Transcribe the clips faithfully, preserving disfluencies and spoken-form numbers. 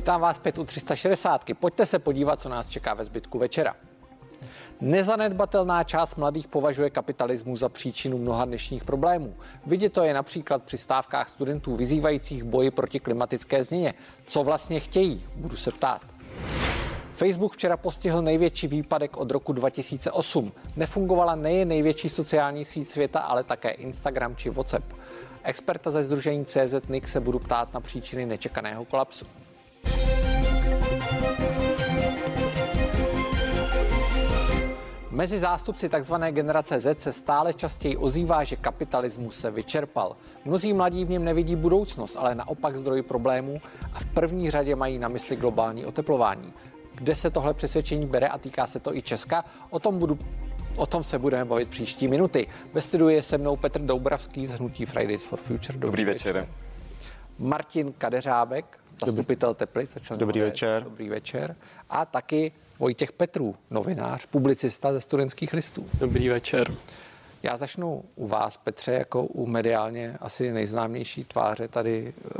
Vítám vás zpět u tři sta šedesát. Pojďte se podívat, co nás čeká ve zbytku večera. Nezanedbatelná část mladých považuje kapitalismus za příčinu mnoha dnešních problémů. Vidět to je například při stávkách studentů vyzývajících boji proti klimatické změně. Co vlastně chtějí? Budu se ptát. Facebook včera postihl největší výpadek od roku dva tisíce osm. Nefungovala nejen největší sociální síť světa, ale také Instagram či WhatsApp. Experta ze sdružení C Z N I C se budu ptát na příčiny nečekaného kolapsu. Mezi zástupci tzv. Generace Z se stále častěji ozývá, že kapitalismus se vyčerpal. Mnozí mladí v něm nevidí budoucnost, ale naopak zdroj problémů a v první řadě mají na mysli globální oteplování. Kde se tohle přesvědčení bere a týká se to i Česka? O tom, budu, o tom se budeme bavit příští minuty. Ve studiu je se mnou Petr Doubravský z hnutí Fridays for Future. Dobrý, Dobrý večer. večer. Martin Kadeřábek, zastupitel Teplic. Dobrý večer. Dobrý večer. A taky Vojtěch Petrů, novinář, publicista ze Studentských listů. Dobrý večer. Já začnu u vás, Petře, jako u mediálně asi nejznámější tváře tady e,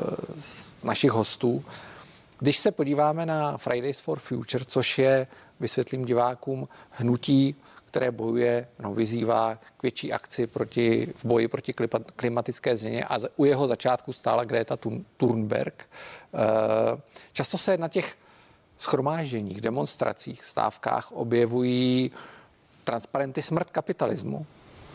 z našich hostů. Když se podíváme na Fridays for Future, což je, vysvětlím divákům, hnutí, které bojuje, no, vyzývá k větší akci proti, v boji proti klimatické změně a u jeho začátku stála Greta Thunberg. E, často se na těch shromážděních, demonstracích, stávkách objevují transparenty smrt kapitalismu.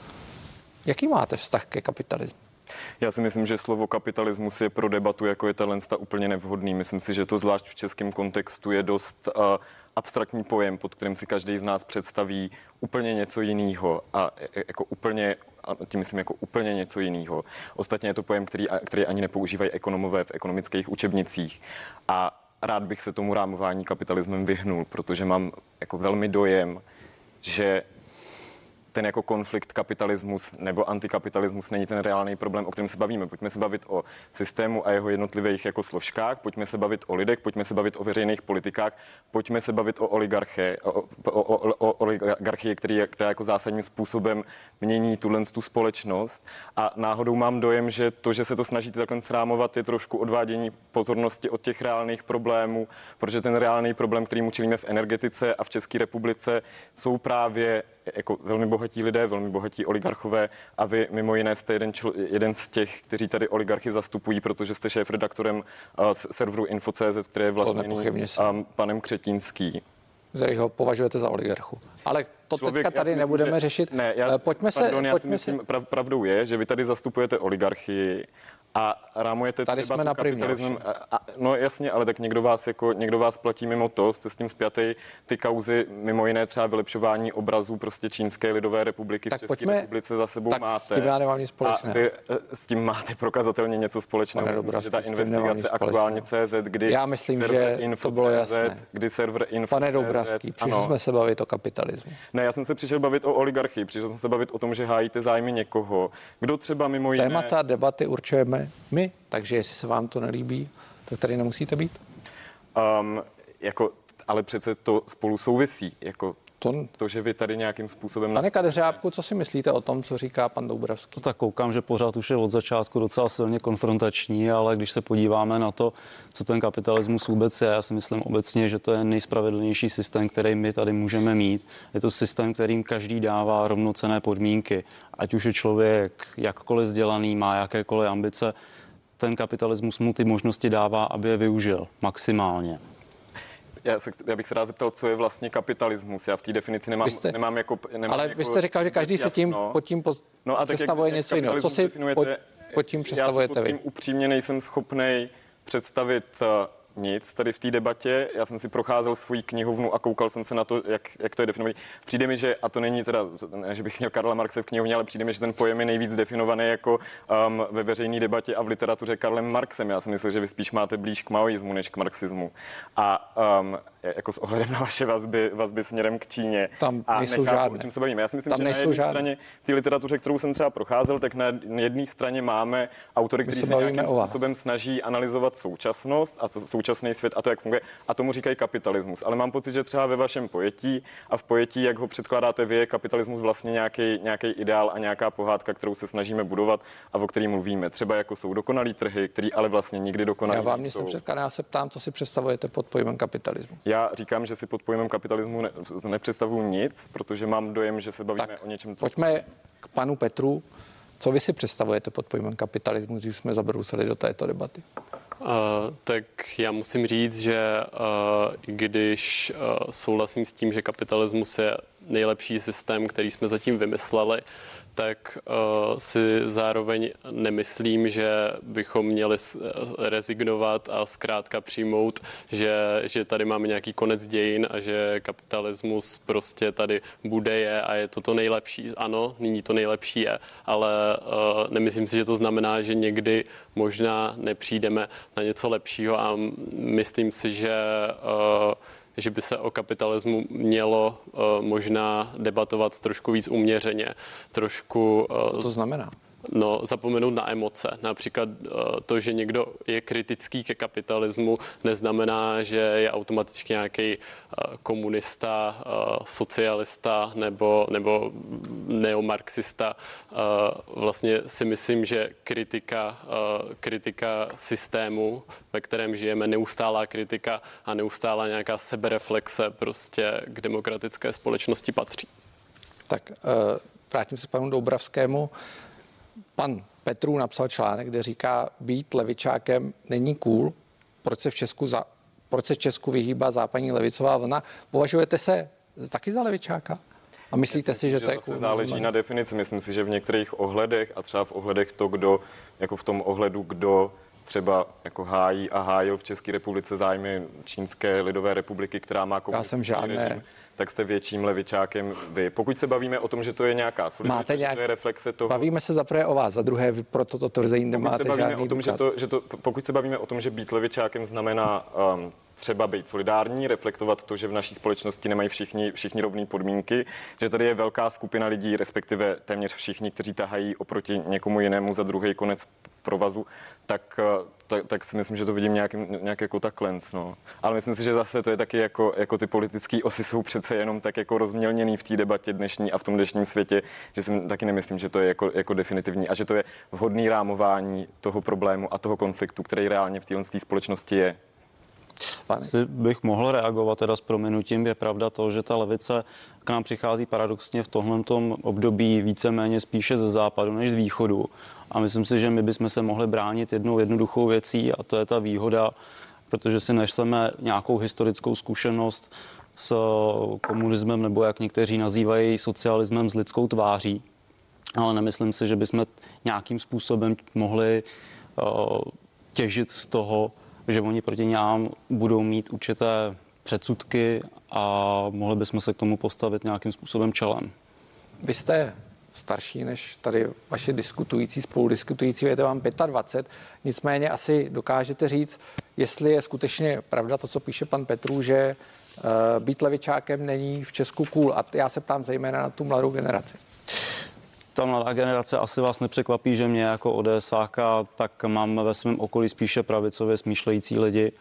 Jaký máte vztah ke kapitalismu? Já si myslím, že slovo kapitalismus je pro debatu, jako je tato úplně nevhodný. Myslím si, že to zvlášť v českém kontextu je dost uh, abstraktní pojem, pod kterým si každý z nás představí úplně něco jiného a jako úplně, a tím myslím jako úplně něco jiného. Ostatně je to pojem, který, který ani nepoužívají ekonomové v ekonomických učebnicích. A rád bych se tomu rámování kapitalismem vyhnul, protože mám jako velmi dojem, že ten jako konflikt kapitalismus nebo antikapitalismus není ten reálný problém, o kterém se bavíme. Pojďme se bavit o systému a jeho jednotlivých jako složkách, pojďme se bavit o lidech, pojďme se bavit o veřejných politikách, pojďme se bavit o oligarchii, o, o, o, o oligarchii, který, která jako zásadním způsobem mění tuhle tu společnost. A náhodou mám dojem, že to, že se to snažíte takhle srámovat, je trošku odvádění pozornosti od těch reálných problémů, protože ten reálný problém, kterýmu čelíme v energetice a v České republice, jsou právě jako velmi bohatí lidé, velmi bohatí oligarchové a vy mimo jiné jste jeden, člo, jeden z těch, kteří tady oligarchy zastupují, protože jste šéfredaktorem uh, serveru Info tečka cé zet, který je vlastněný um, panem Křetínský. Který ho považujete za oligarchu. Ale to Člověk, teďka tady myslím, nebudeme že, řešit. Ne, já, pojďme pardon, se, já pojďme si myslím, se... prav, pravdou je, že vy tady zastupujete oligarchii a rámujete tady jsme na kapitalismem. A, a, no jasně, ale tak někdo vás, jako, někdo vás platí mimo to, jste s tím spjatý, ty kauzy, mimo jiné třeba vylepšování obrazů prostě Čínské lidové republiky tak v České pojďme, republice za sebou tak máte. S tím já nemám nic společného. A vy s tím máte prokazatelně něco společného. Pane Myslím, Dobravský, že ta investigace aktuálně C Z, kdy já myslím, že to bylo jasné. Kdy server Info. Pane Dobravský, přišli jsme se bavit o kapitalismu. Ne, já jsem se přišel bavit o oligarchii, přišel jsem se bavit o tom, že hájíte zájmy někoho, kdo třeba mimo jiné... Témata debaty určujeme my, takže jestli se vám to nelíbí, tak tady nemusíte být. Um, jako, ale přece to spolu souvisí, jako to, to že vy tady nějakým způsobem... Pane Kadeřábku, co si myslíte o tom, co říká pan Doubravský? No tak koukám, že pořád už je od začátku docela silně konfrontační, ale když se podíváme na to, co ten kapitalismus vůbec je, já si myslím obecně, že to je nejspravedlnější systém, který my tady můžeme mít. Je to systém, kterým každý dává rovnocenné podmínky. Ať už je člověk jakkoliv vzdělaný, má jakékoliv ambice, ten kapitalismus mu ty možnosti dává, aby je využil maximálně. Já, se, já bych se rád zeptal, co je vlastně kapitalismus. Já v té definici nemám, jste, nemám jako... Nemám ale jako, vy jste říkal, že každý se tím pod tím po, no a představuje jak, něco jiného. Co si pod, pod tím představujete vy? Já si pod tím upřímně nejsem schopnej představit uh, nic tady v té debatě. Já jsem si procházel svoji knihovnu a koukal jsem se na to, jak, jak to je definované. Přijde mi, že, a to není teda, ne, že bych měl Karla Marxe v knihovně, ale přijde mi, že ten pojem je nejvíc definovaný jako um, ve veřejné debatě a v literatuře Karlem Marxem. Já si myslím, že vy spíš máte blíž k maoismu než k marxismu. A um, jako s ohledem na vaše vazby, vazby směrem k Číně. Tam a nejsou nechápu, žádné. O čem se bavíme. Já si myslím, Tam že na jedné žádné. straně té literatuře, kterou jsem třeba procházel, tak na jedné straně máme autory, kteří se, se nějakým způsobem snaží analyzovat současnost a současnost současný svět a to, jak funguje. A tomu říkají kapitalismus. Ale mám pocit, že třeba ve vašem pojetí a v pojetí, jak ho předkládáte vy, je kapitalismus vlastně nějaký, nějaký ideál a nějaká pohádka, kterou se snažíme budovat a o který mluvíme. Třeba jako jsou dokonalý trhy, který ale vlastně nikdy dokonalý Já vám nejsou. nic nepředkládám, já se ptám, co si představujete pod pojmem kapitalismu. Já říkám, že si pod pojmem kapitalismu ne, nepředstavuju nic, protože mám dojem, že se bavíme Tak, o něčem. Pojďme k panu Petru. Co vy si představujete pod pojmem kapitalismu, když jsme zabrousili do této debaty? Uh, tak já musím říct, že uh, když uh, souhlasím s tím, že kapitalismus je nejlepší systém, který jsme zatím vymysleli, tak uh, si zároveň nemyslím, že bychom měli rezignovat a zkrátka přijmout, že, že tady máme nějaký konec dějin a že kapitalismus prostě tady bude je a je to to nejlepší. Ano, nyní to nejlepší je, ale uh, nemyslím si, že to znamená, že někdy možná nepřijdeme na něco lepšího a myslím si, že uh, že by se o kapitalismu mělo uh, možná debatovat trošku víc uměřeně, trošku... Uh, Co to znamená? No, zapomenout na emoce. Například uh, to, že někdo je kritický ke kapitalismu, neznamená, že je automaticky nějaký uh, komunista, uh, socialista nebo, nebo neomarxista. Uh, vlastně si myslím, že kritika, uh, kritika systému, ve kterém žijeme, neustálá kritika a neustálá nějaká sebereflexe prostě k demokratické společnosti patří. Tak uh, vrátím se k panu Doubravskému. Pan Petrů napsal článek, kde říká, být levičákem není cool, proč se v Česku, za, proč se v Česku vyhýbá západní levicová vlna. Považujete se taky za levičáka? A myslíte Myslím, si, že, že to je cool? cool? Záleží na definici. Myslím si, že v některých ohledech a třeba v ohledech to, kdo, jako v tom ohledu, kdo třeba jako hájí a hájil v České republice zájmy Čínské lidové republiky, která má komunistický Já jsem žádné. režim, tak jste větším levičákem vy. Pokud se bavíme o tom, že to je nějaká solidarita, nějak... že to je reflexe toho... Bavíme se zaprvé o vás, za druhé vy pro toto tvrzení nemáte žádný o tom, důkaz. že to, že to, pokud se bavíme o tom, že být levičákem znamená um, třeba být solidární, reflektovat to, že v naší společnosti nemají všichni, všichni rovné podmínky, že tady je velká skupina lidí, respektive téměř všichni, kteří tahají oproti někomu jinému za druhý konec provazu, tak, tak, tak si myslím, že to vidím nějak, nějak jako takhle. No. Ale myslím si, že zase to je taky jako, jako ty politické osy jsou přece jenom tak jako rozmělněný v té debatě dnešní a v tom dnešním světě, že si taky nemyslím, že to je jako, jako definitivní a že to je vhodný rámování toho problému a toho konfliktu, který reálně v téhle společnosti je. Si bych mohl reagovat teda s prominutím. Je pravda to, že ta levice k nám přichází paradoxně v tomhletom období víceméně spíše ze západu než z východu. A myslím si, že my bychom se mohli bránit jednou jednoduchou věcí a to je ta výhoda, protože si neseme nějakou historickou zkušenost s komunismem nebo jak někteří nazývají socialismem s lidskou tváří. Ale nemyslím si, že bychom nějakým způsobem mohli uh, těžit z toho, že oni proti nám budou mít určité předsudky a mohli bychom se k tomu postavit nějakým způsobem čelem. Vy jste starší než tady vaše diskutující, spoludiskutující, je to vám dvacet pět, nicméně asi dokážete říct, jestli je skutečně pravda to, co píše pan Petrů, že uh, být levičákem není v Česku cool. A já se ptám zejména na tu mladou generaci. Ta mladá generace asi vás nepřekvapí, že mě jako ODSáka tak mám ve svém okolí spíše pravicově smýšlející lidi.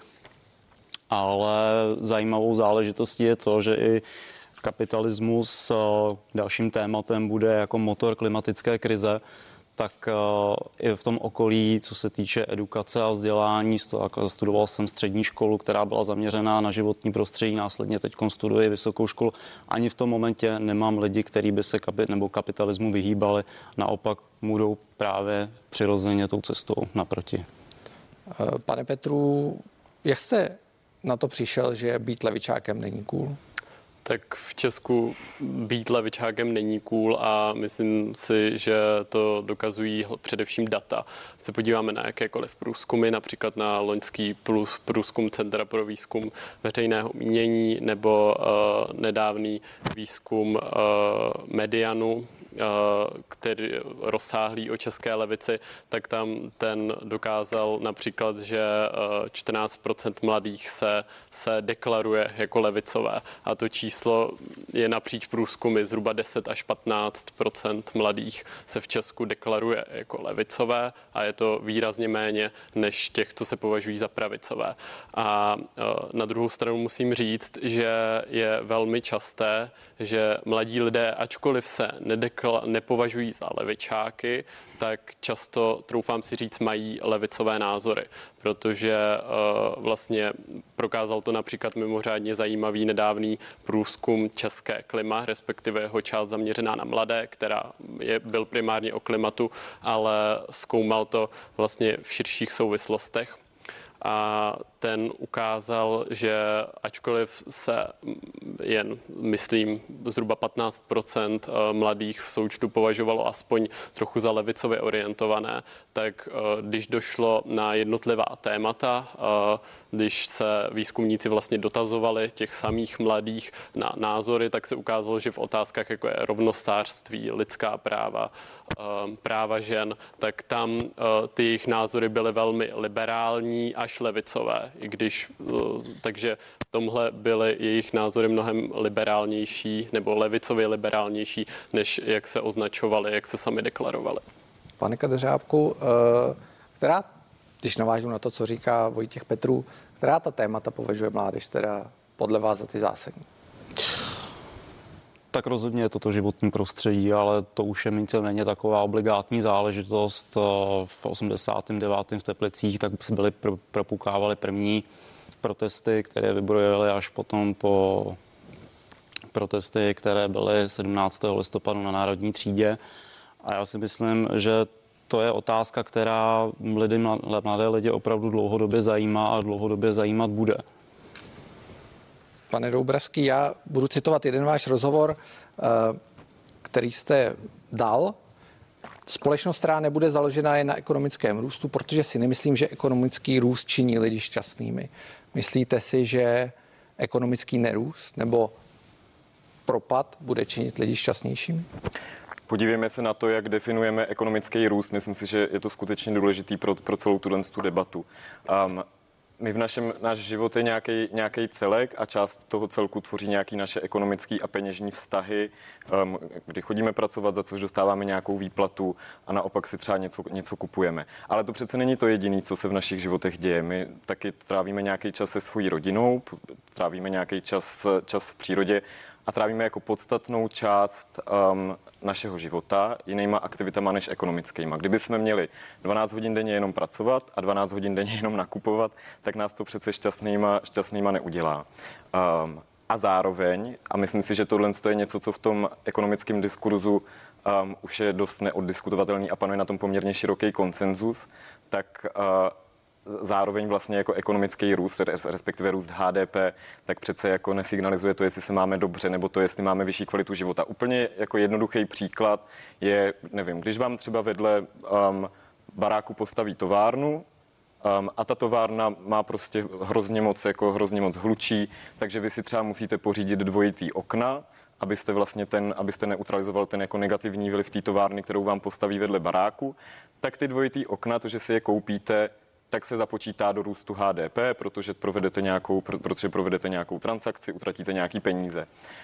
Ale zajímavou záležitostí je to, že i kapitalismus dalším tématem bude jako motor klimatické krize, tak i v tom okolí, co se týče edukace a vzdělání, studoval jsem střední školu, která byla zaměřená na životní prostředí, následně teď studuji vysokou školu. Ani v tom momentě nemám lidi, kteří by se kapit, nebo kapitalismu vyhýbali, naopak budou právě přirozeně tou cestou naproti. Pane Petru, jak jste na to přišel, že být levičákem není cool? Tak v Česku být levičákem není cool a myslím si, že to dokazují především data. Se podíváme na jakékoliv průzkumy, například na loňský průzkum Centra pro výzkum veřejného mínění nebo uh, nedávný výzkum uh, Medianu, který rozsáhlý o české levici, tak tam ten dokázal například, že čtrnáct procent mladých se, se deklaruje jako levicové. A to číslo je napříč průzkumy zhruba deset až patnáct procent mladých se v Česku deklaruje jako levicové a je to výrazně méně než těch, co se považují za pravicové. A na druhou stranu musím říct, že je velmi časté, že mladí lidé, ačkoliv se nedekla, nepovažují za levičáky, tak často, troufám si říct, mají levicové názory, protože uh, vlastně prokázal to například mimořádně zajímavý nedávný průzkum České klima, respektive jeho část zaměřená na mladé, která je, byl primárně o klimatu, ale zkoumal to vlastně v širších souvislostech. A ten ukázal, že ačkoliv se jen, myslím, zhruba patnáct procent mladých v součtu považovalo aspoň trochu za levicově orientované, tak když došlo na jednotlivá témata, když se výzkumníci vlastně dotazovali těch samých mladých na názory, tak se ukázalo, že v otázkách, jako je rovnostářství, lidská práva, práva žen, tak tam ty jejich názory byly velmi liberální až levicové, i když, takže v tomhle byly jejich názory mnohem liberálnější nebo levicově liberálnější, než jak se označovali, jak se sami deklarovali. Pane Kadeřábku, která, když navážu na to, co říká Vojtěch Petrů, která ta témata považuje mládež teda podle vás za ty zásadní? Tak rozhodně je toto životní prostředí, ale to už je víceméně taková obligátní záležitost. V osmdesátém devátém v Teplicích tak byly propukávaly první protesty, které vybrojily až potom po protesty, které byly sedmnáctého listopadu na Národní třídě. A já si myslím, že to je otázka, která lidi, mladé lidi opravdu dlouhodobě zajímá a dlouhodobě zajímat bude. Pane Doubravský, já budu citovat jeden váš rozhovor, který jste dal. Společnost, která nebude založena jen na ekonomickém růstu, protože si nemyslím, že ekonomický růst činí lidi šťastnými. Myslíte si, že ekonomický nerůst nebo propad bude činit lidi šťastnějšími? Podívejme se na to, jak definujeme ekonomický růst. Myslím si, že je to skutečně důležitý pro, pro celou tuhle debatu. Um, My v našem, náš život je nějaký, nějaký celek a část toho celku tvoří nějaký naše ekonomický a peněžní vztahy, um, kdy chodíme pracovat, za což dostáváme nějakou výplatu a naopak si třeba něco, něco kupujeme. Ale to přece není to jediné, co se v našich životech děje. My taky trávíme nějaký čas se svojí rodinou, trávíme nějaký čas, čas v přírodě a trávíme jako podstatnou část um, našeho života jinýma aktivitama než ekonomickýma. Kdyby jsme měli dvanáct hodin denně jenom pracovat a dvanáct hodin denně jenom nakupovat, tak nás to přece šťastnýma, šťastnýma neudělá. Um, a zároveň, a myslím si, že tohle je něco, co v tom ekonomickém diskurzu um, už je dost neoddiskutovatelný a panuje na tom poměrně široký konsenzus, tak uh, zároveň vlastně jako ekonomický růst, respektive růst H D P, tak přece jako nesignalizuje to, jestli se máme dobře, nebo to, jestli máme vyšší kvalitu života. Úplně jako jednoduchý příklad je, nevím, když vám třeba vedle um, baráku postaví továrnu, Um, a ta továrna má prostě hrozně moc, jako hrozně moc hlučí, takže vy si třeba musíte pořídit dvojitý okna, abyste vlastně ten, abyste neutralizoval ten jako negativní vliv té továrny, kterou vám postaví vedle baráku, tak ty dvojitý okna, to, že si je koupíte, tak se započítá do růstu H D P, protože provedete nějakou, protože provedete nějakou transakci, utratíte nějaký peníze.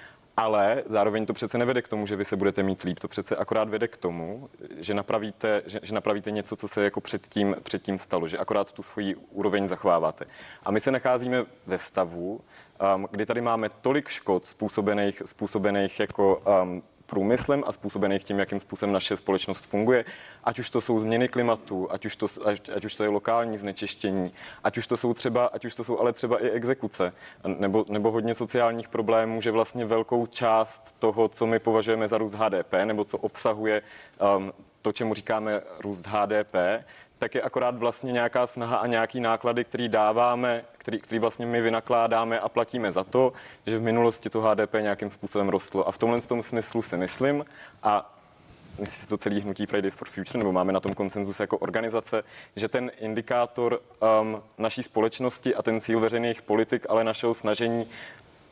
Ale zároveň to přece nevede k tomu, že vy se budete mít líp. To přece akorát vede k tomu, že napravíte, že, že napravíte něco, co se jako předtím, předtím stalo, že akorát tu svoji úroveň zachováváte. A my se nacházíme ve stavu, um, kdy tady máme tolik škod způsobených, způsobených jako um, průmyslem a způsobených tím, jakým způsobem naše společnost funguje. Ať už to jsou změny klimatu, ať už to, ať, ať už to je lokální znečištění, ať už to jsou třeba, ať už to jsou ale třeba i exekuce, nebo, nebo hodně sociálních problémů, že vlastně velkou část toho, co my považujeme za růst H D P, nebo co obsahuje um, to, čemu říkáme růst H D P, tak je akorát vlastně nějaká snaha a nějaký náklady, který dáváme, který, který vlastně my vynakládáme a platíme za to, že v minulosti to H D P nějakým způsobem rostlo. A v tomhle tom smyslu si myslím, a myslí si to celý hnutí Fridays for Future, nebo máme na tom konsenzus jako organizace, že ten indikátor um, naší společnosti a ten cíl veřejných politik, ale našeho snažení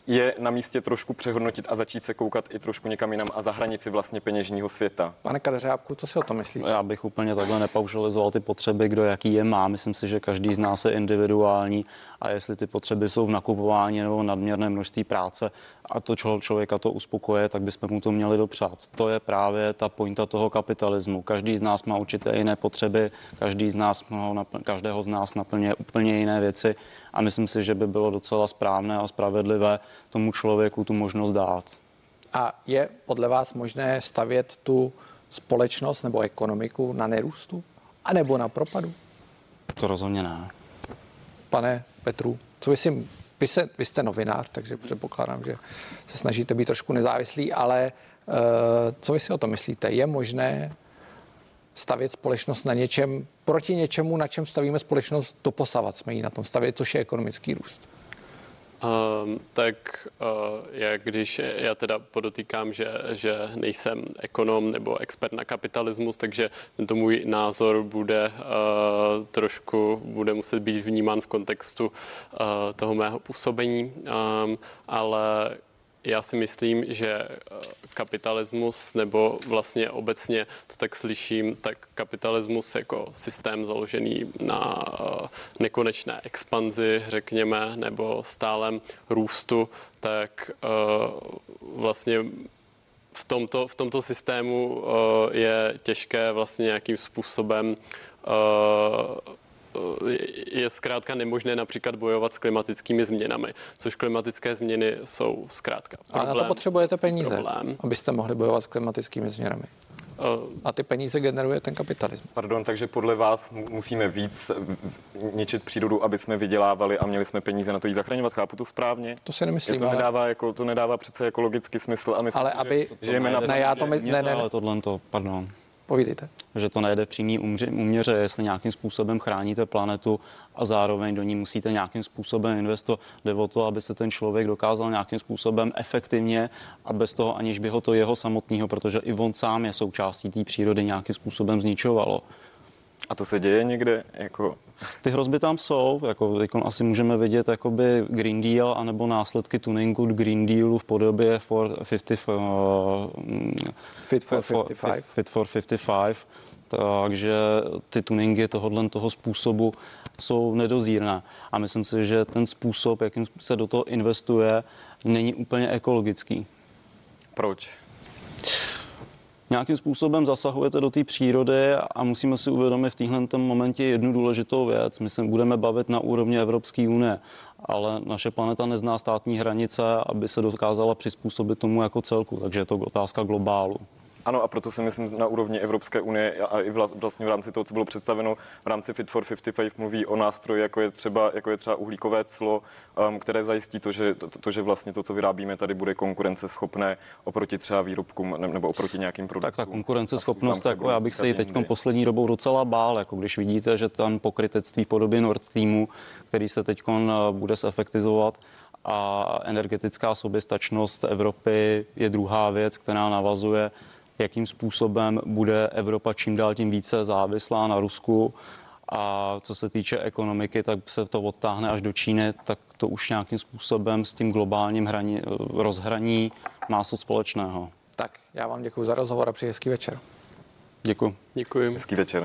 je na místě trošku přehodnotit a začít se koukat i trošku někam jinam a za hranici vlastně peněžního světa. Pane Kadeřábku, co si o tom myslíte? Já bych úplně takhle nepaušalizoval ty potřeby, kdo jaký je má. Myslím si, že každý z nás je individuální a jestli ty potřeby jsou v nakupování nebo nadměrné množství práce a to člověka to uspokoje, tak bychom mu to měli dopřát. To je právě ta pointa toho kapitalismu. Každý z nás má určité jiné potřeby, každý z nás, každého z nás naplňuje úplně jiné věci a myslím si, že by bylo docela správné a spravedlivé tomu člověku tu možnost dát. A je podle vás možné stavět tu společnost nebo ekonomiku na nerůstu? A nebo na propadu? To rozhodně ne. Pane Petru, co vy si, vy, se, vy jste novinář, takže předpokládám, že se snažíte být trošku nezávislý, ale uh, co vy si o tom myslíte? Je možné stavět společnost na něčem, proti něčemu, na čem stavíme společnost doposavat, jsme ji na tom stavět, což je ekonomický růst? Um, tak uh, jak když já teda podotýkám, že, že nejsem ekonom nebo expert na kapitalismus, takže tento můj názor bude uh, trošku, bude muset být vnímán v kontextu uh, toho mého působení, um, ale já si myslím, že kapitalismus, nebo vlastně obecně, co tak slyším, tak kapitalismus jako systém založený na nekonečné expanzi, řekněme, nebo stálem růstu, tak vlastně v tomto, v tomto systému je těžké vlastně nějakým způsobem je zkrátka nemožné například bojovat s klimatickými změnami, což klimatické změny jsou zkrátka problém. Ale na to potřebujete peníze, problém. abyste mohli bojovat s klimatickými změnami. A ty peníze generuje ten kapitalismus. Pardon, takže podle vás musíme víc ničit přírodu, aby jsme vydělávali a měli jsme peníze na to jí zachraňovat. Chápu to správně? To si nemyslím. To ale... nedává, jako, to nedává přece ekologický smysl. A myslím, ale aby... že žijeme na... Ne, já to my... ne, ne, ne. Ale tohle to, pardon. Povídejte. Že to nejde v přímý úměře, jestli nějakým způsobem chráníte planetu a zároveň do ní musíte nějakým způsobem investovat. Jde o to, aby se ten člověk dokázal nějakým způsobem efektivně a bez toho, aniž by ho to jeho samotného, protože i on sám je součástí té přírody, nějakým způsobem zničovalo. A to se děje někde? Jako... Ty hrozby tam jsou, jako asi můžeme vidět jakoby Green Deal anebo následky tuningu Green Dealu v podobě for padesát, uh, Fit for padesát pět. Fit for padesát pět. Takže ty tuningy tohohle toho způsobu jsou nedozírné. A myslím si, že ten způsob, jakým se do toho investuje, není úplně ekologický. Proč? Nějakým způsobem zasahujete do té přírody a musíme si uvědomit v téhle momentě jednu důležitou věc. My se budeme bavit na úrovni Evropské unie, ale naše planeta nezná státní hranice, aby se dokázala přizpůsobit tomu jako celku, takže je to otázka globálu. Ano, a proto si myslím, na úrovni Evropské unie a i vlastně v rámci toho, co bylo představeno v rámci Fit for padesát pět, mluví o nástroji, jako je třeba, jako je třeba uhlíkové clo, um, které zajistí to že, to, to, že vlastně to, co vyrábíme tady, bude konkurenceschopné oproti třeba výrobkům nebo oproti nějakým produktům. Tak ta konkurenceschopnost, jako já bych se ji teď poslední dobou docela bál, jako když vidíte, že tam pokrytectví v podobě Nord Streamu, který se teď bude zefektivizovat, a energetická soběstačnost Evropy je druhá věc, která navazuje, jakým způsobem bude Evropa čím dál tím více závislá na Rusku. A co se týče ekonomiky, tak se to odtáhne až do Číny, tak to už nějakým způsobem s tím globálním hraní, rozhraní má co společného. Tak, já vám děkuji za rozhovor a přeji hezký večer. Děkuji. Děkuji. Hezký večer.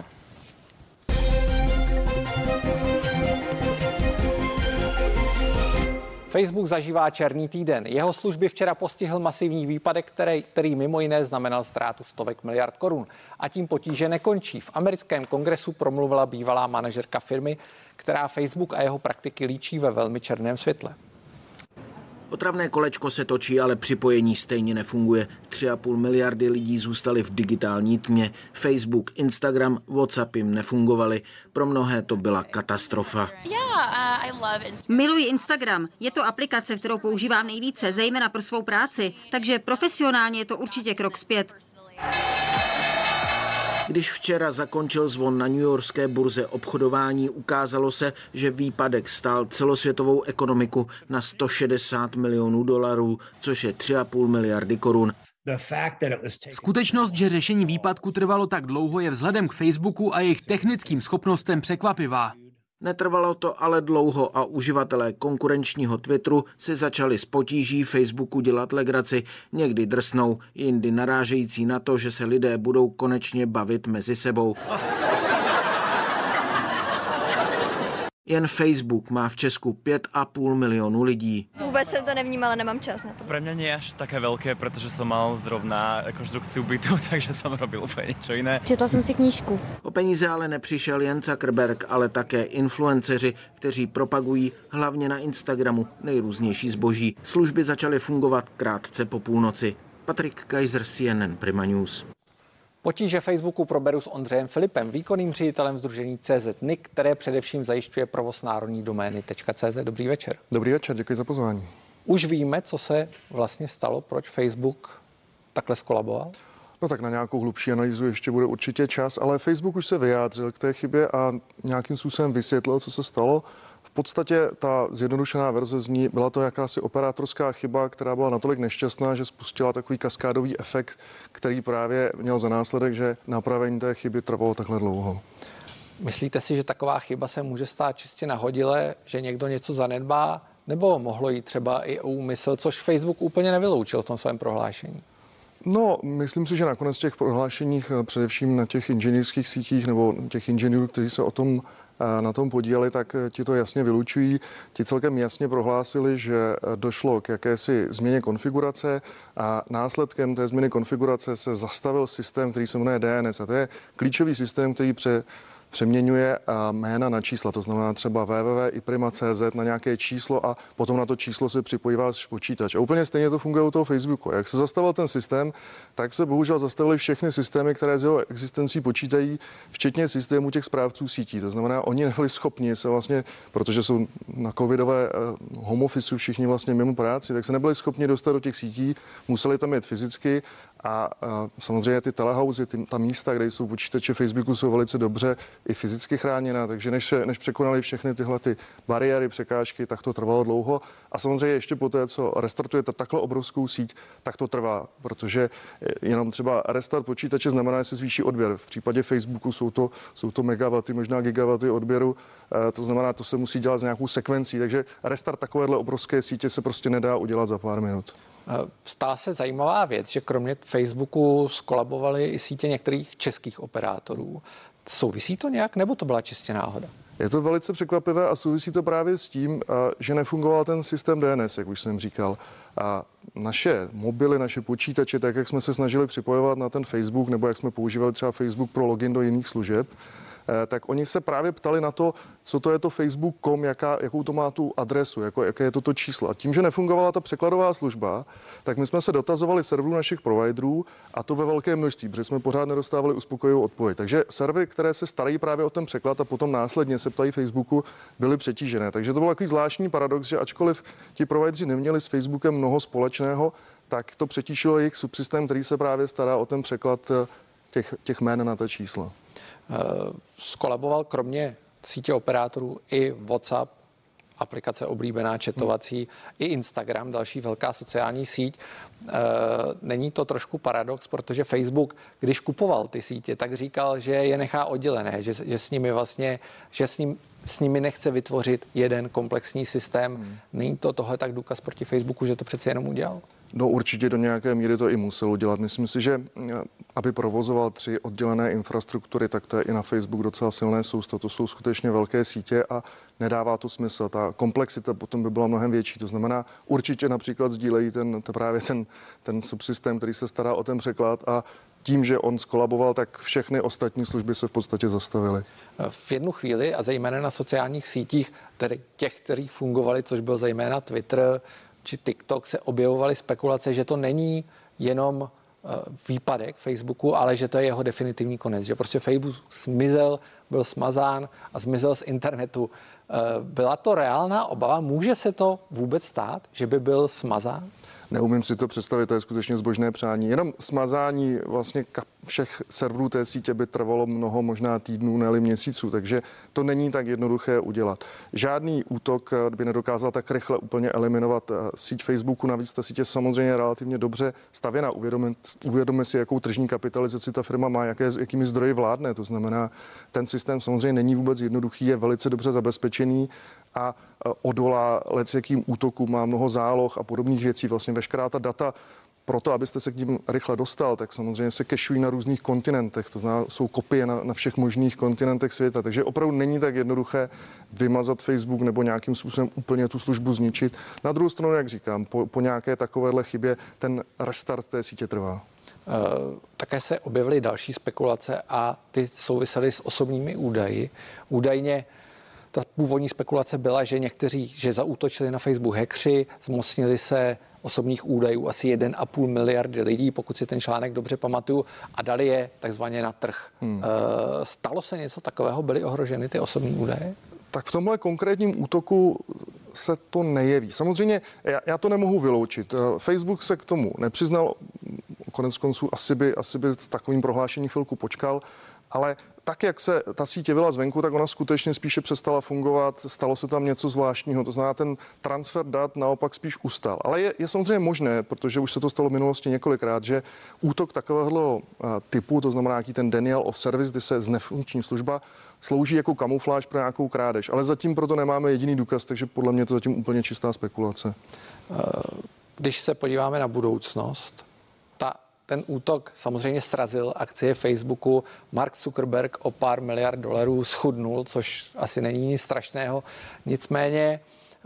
Facebook zažívá černý týden. Jeho služby včera postihl masivní výpadek, který, který mimo jiné znamenal ztrátu stovek miliard korun. A tím potíže nekončí. V americkém kongresu promluvila bývalá manažerka firmy, která Facebook a jeho praktiky líčí ve velmi černém světle. Otravné kolečko se točí, ale připojení stejně nefunguje. tři a půl miliardy lidí zůstali v digitální tmě. Facebook, Instagram, WhatsApp jim nefungovaly. Pro mnohé to byla katastrofa. Miluji Instagram. Je to aplikace, kterou používám nejvíce, zejména pro svou práci, takže profesionálně je to určitě krok zpět. Když včera zakončil zvon na newyorské burze obchodování, ukázalo se, že výpadek stál celosvětovou ekonomiku na sto šedesát milionů dolarů, což je tři a půl miliardy korun. Skutečnost, že řešení výpadku trvalo tak dlouho, je vzhledem k Facebooku a jejich technickým schopnostem překvapivá. Netrvalo to ale dlouho a uživatelé konkurenčního Twitteru si začali z potíží Facebooku dělat legraci, někdy drsnou, jindy narážející na to, že se lidé budou konečně bavit mezi sebou. Jen Facebook má v Česku pět a půl milionu lidí. Vůbec jsem to nevnímala, nemám čas na to. Pre mňa nie je až také veľké, pretože som mal zrovna rekonstrukciu bytu, takže som robil úplně něco jiné. Četla jsem si knížku. O peníze ale nepřišel jen Zuckerberg, ale také influenceři, kteří propagují hlavně na Instagramu nejrůznější zboží. Služby začaly fungovat krátce po půlnoci. Patrik Kaiser, C N N Prima News. Potíže Facebooku proberu s Ondřejem Filipem, výkonným ředitelem sdružení C Z N I C, které především zajišťuje provoz národní domény .cz. Dobrý večer. Dobrý večer, děkuji za pozvání. Už víme, co se vlastně stalo, proč Facebook takhle skolaboval? No tak na nějakou hlubší analýzu ještě bude určitě čas, ale Facebook už se vyjádřil k té chybě a nějakým způsobem vysvětlil, co se stalo. V podstatě ta zjednodušená verze zní, byla to jakási operátorská chyba, která byla natolik nešťastná, že spustila takový kaskádový efekt, který právě měl za následek, že napravení té chyby trvalo takhle dlouho. Myslíte si, že taková chyba se může stát čistě nahodile, že někdo něco zanedbá, nebo mohlo jít třeba i o úmysl, což Facebook úplně nevyloučil v tom svém prohlášení? No, myslím si, že nakonec těch prohlášeních, především na těch inženýrských sítích nebo těch inženýrů, kteří se o tom na tom podíleli, tak ti to jasně vylučují. Ti celkem jasně prohlásili, že došlo k jakési změně konfigurace a následkem té změny konfigurace se zastavil systém, který se jmenuje D N S. A to je klíčový systém, který pře přeměňuje jména na čísla, to znamená třeba www i prima tečka cz na nějaké číslo a potom na to číslo se připojí váš počítač. A úplně stejně to funguje u toho Facebooku. Jak se zastavil ten systém, tak se bohužel zastavily všechny systémy, které s jeho existencí počítají, včetně systému těch správců sítí. To znamená, oni nebyli schopni se vlastně, protože jsou na covidové home office všichni vlastně mimo práci, tak se nebyli schopni dostat do těch sítí, museli tam jet fyzicky a, a samozřejmě ty telehousy, ty, ta místa, kde jsou počítače Facebooku, jsou velice dobře i fyzicky chráněna, takže než, se, než překonali všechny tyhle ty bariéry, překážky, tak to trvalo dlouho. A samozřejmě ještě poté, co restartujete takhle obrovskou síť, tak to trvá, protože jenom třeba restart počítače znamená, že se zvýší odběr. V případě Facebooku jsou to, jsou to megawaty, možná gigawaty odběru, to znamená, to se musí dělat s nějakou sekvencí, takže restart takovéhle obrovské sítě se prostě nedá udělat za pár minut. Stala se zajímavá věc, že kromě Facebooku skolabovaly i sítě některých českých operátorů. Souvisí to nějak, nebo to byla čistě náhoda? Je to velice překvapivé a souvisí to právě s tím, že nefungoval ten systém D N S, jak už jsem říkal. A naše mobily, naše počítače, tak jak jsme se snažili připojovat na ten Facebook, nebo jak jsme používali třeba Facebook pro login do jiných služeb, tak oni se právě ptali na to, co to je to Facebook tečka com, jaká, jakou to má tu adresu, jako, jaké je to to číslo. A tím, že nefungovala ta překladová služba, tak my jsme se dotazovali serverů našich providerů a to ve velké množství, protože jsme pořád nedostávali uspokojivou odpověď. Takže servery, které se starají právě o ten překlad a potom následně se ptají Facebooku, byly přetížené. Takže to byl takový zvláštní paradox, že ačkoliv ti provideri neměli s Facebookem mnoho společného, tak to přetížilo jejich subsystém, který se právě stará o ten překlad těch, těch jmén na ta čísla. Skolaboval kromě sítě operátorů i WhatsApp, aplikace oblíbená četovací, hmm. i Instagram, další velká sociální síť. Není to trošku paradox, protože Facebook, když kupoval ty sítě, tak říkal, že je nechá oddělené, že, že s nimi vlastně, že s, ním, s nimi nechce vytvořit jeden komplexní systém. Hmm. Není to tohle tak důkaz proti Facebooku, že to přeci jenom udělal? No určitě do nějaké míry to i musel udělat. Myslím si, že aby provozoval tři oddělené infrastruktury, tak to je i na Facebook docela silné sousto. To jsou skutečně velké sítě a nedává to smysl. Ta komplexita potom by byla mnohem větší. To znamená, určitě například sdílejí ten, to právě ten, ten subsystém, který se stará o ten překlad a tím, že on skolaboval, tak všechny ostatní služby se v podstatě zastavily. V jednu chvíli a zejména na sociálních sítích, tedy těch, kterých fungovaly, což byl zejména Twitter či TikTok, se objevovaly spekulace, že to není jenom výpadek Facebooku, ale že to je jeho definitivní konec, že prostě Facebook zmizel, byl smazán a zmizel z internetu. Byla to reálná obava? Může se to vůbec stát, že by byl smazán? Neumím si to představit, to je skutečně zbožné přání. Jenom smazání vlastně kap, všech serverů té sítě by trvalo mnoho, možná týdnů, ne-li měsíců, takže to není tak jednoduché udělat. Žádný útok by nedokázal tak rychle úplně eliminovat síť Facebooku, navíc ta sítě samozřejmě relativně dobře stavěna. Uvědomme si, jakou tržní kapitalizaci ta firma má, jaké, jakými zdroji vládne, to znamená, ten systém samozřejmě není vůbec jednoduchý, je velice dobře zabezpečený a odolá lecjakým útokům, má mnoho záloh a podobných věcí. Vlastně veškerá ta data proto, abyste se k ním rychle dostal, tak samozřejmě se kešují na různých kontinentech, to znamená, jsou kopie na, na všech možných kontinentech světa, takže opravdu není tak jednoduché vymazat Facebook nebo nějakým způsobem úplně tu službu zničit. Na druhou stranu, jak říkám, po, po nějaké takovéhle chybě ten restart té sítě trvá. Uh, také se objevily další spekulace a ty souvisely s osobními údaji. Údajně ta původní spekulace byla, že někteří, že zaútočili na Facebook hackři, zmocnili se osobních údajů asi jeden a půl miliardy lidí, pokud si ten článek dobře pamatuju, a dali je takzvaně na trh. Hmm. E, stalo se něco takového? Byly ohroženy ty osobní údaje? Tak v tomhle konkrétním útoku se to nejeví. Samozřejmě já, já to nemohu vyloučit. Facebook se k tomu nepřiznal, konec konců asi by, asi by s takovým prohlášením chvilku počkal, ale tak, jak se ta síť jevila zvenku, tak ona skutečně spíše přestala fungovat, stalo se tam něco zvláštního, to znamená, ten transfer dat naopak spíš ustal. Ale je, je samozřejmě možné, protože už se to stalo v minulosti několikrát, že útok takového typu, to znamená nějaký ten denial of service, kdy se znefunkční služba, slouží jako kamufláž pro nějakou krádež. Ale zatím proto nemáme jediný důkaz, takže podle mě to zatím úplně čistá spekulace. Když se podíváme na budoucnost, ta ten útok samozřejmě srazil akcie Facebooku. Mark Zuckerberg o pár miliard dolarů schudnul, což asi není nic strašného. Nicméně e,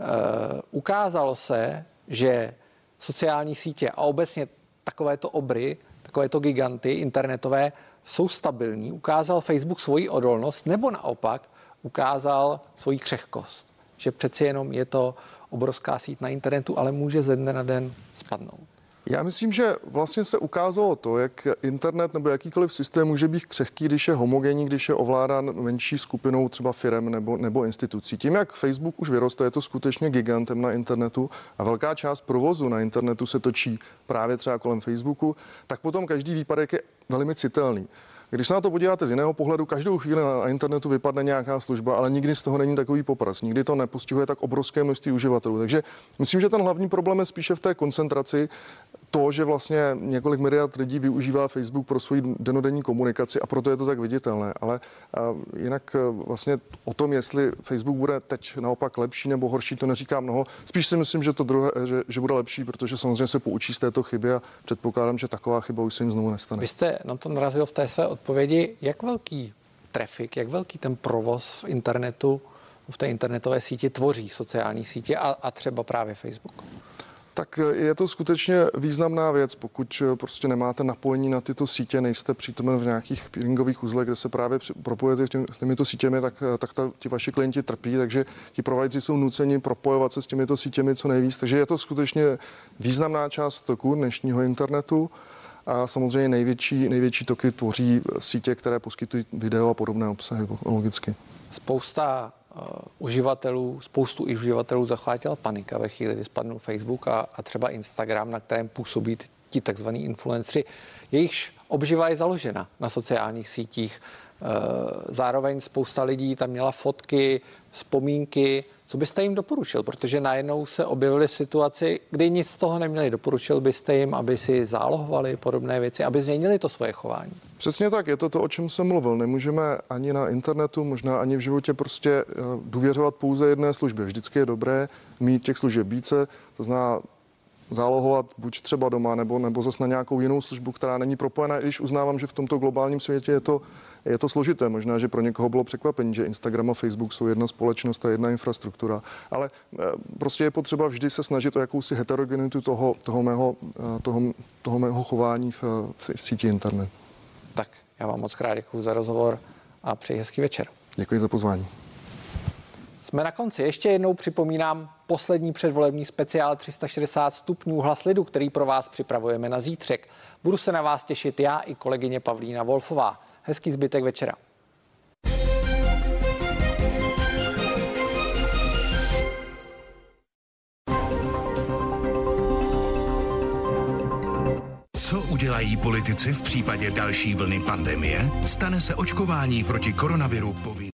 ukázalo se, že sociální sítě a obecně takovéto obry, takovéto giganty internetové jsou stabilní. Ukázal Facebook svoji odolnost, nebo naopak ukázal svoji křehkost. Že přeci jenom je to obrovská síť na internetu, ale může ze dne na den spadnout. Já myslím, že vlastně se ukázalo to, jak internet nebo jakýkoliv systém může být křehký, když je homogenní, když je ovládán menší skupinou třeba firem nebo, nebo institucí. Tím, jak Facebook už vyroste, je to skutečně gigantem na internetu a velká část provozu na internetu se točí právě třeba kolem Facebooku, tak potom každý výpadek je velmi citelný. Když se na to podíváte z jiného pohledu, každou chvíli na internetu vypadne nějaká služba, ale nikdy z toho není takový popras. Nikdy to nepostihuje tak obrovské množství uživatelů. Takže myslím, že ten hlavní problém je spíše v té koncentraci. To, že vlastně několik miliard lidí využívá Facebook pro svoji denodenní komunikaci a proto je to tak viditelné. Ale jinak vlastně o tom, jestli Facebook bude teď naopak lepší nebo horší, to neříká mnoho. Spíš si myslím, že to druhé, že, že bude lepší, protože samozřejmě se poučí z této chyby a předpokládám, že taková chyba už se jim znovu nestane. Vy jste na to narazil v té své odpovědi, jak velký trafik, jak velký ten provoz v internetu, v té internetové síti tvoří sociální sítě a, a třeba právě Facebook? Tak je to skutečně významná věc, pokud prostě nemáte napojení na tyto sítě, nejste přítomen v nějakých peeringových uzlech, kde se právě propojujete těm, s těmito sítěmi, tak, tak ta, ti vaši klienti trpí, takže ti provajdři jsou nuceni propojovat se s těmito sítěmi co nejvíc, takže je to skutečně významná část toku dnešního internetu. A samozřejmě největší, největší toky tvoří sítě, které poskytují video a podobné obsahy logicky. Spousta uh, uživatelů, spoustu i uživatelů zachvátila panika ve chvíli, kdy spadnul Facebook a, a třeba Instagram, na kterém působí ti takzvaní influenceri. Jejichž obživa je založena na sociálních sítích. Uh, zároveň spousta lidí tam měla fotky, vzpomínky. Co byste jim doporučil? Protože najednou se objevili v situaci, kdy nic z toho neměli. Doporučil byste jim, aby si zálohovali podobné věci, aby změnili to svoje chování? Přesně tak, je to to, o čem jsem mluvil. Nemůžeme ani na internetu, možná ani v životě prostě důvěřovat pouze jedné službě. Vždycky je dobré mít těch služeb více, to znamená zálohovat buď třeba doma, nebo, nebo zase na nějakou jinou službu, která není propojená, i když uznávám, že v tomto globálním světě je to, je to složité. Možná, že pro někoho bylo překvapení, že Instagram a Facebook jsou jedna společnost a jedna infrastruktura. Ale prostě je potřeba vždy se snažit o jakousi heterogenitu toho, toho, mého, toho, toho mého chování v, v síti internet. Tak, já vám moc krát děkuji za rozhovor a přeji hezký večer. Děkuji za pozvání. Jsme na konci. Ještě jednou připomínám poslední předvolební speciál tři sta šedesát stupňů Hlas lidu, který pro vás připravujeme na zítřek. Budu se na vás těšit já i kolegyně Pavlína Wolfová. Hezký zbytek večera. Co udělají politici v případě další vlny pandemie? Stane se očkování proti koronaviru povinným?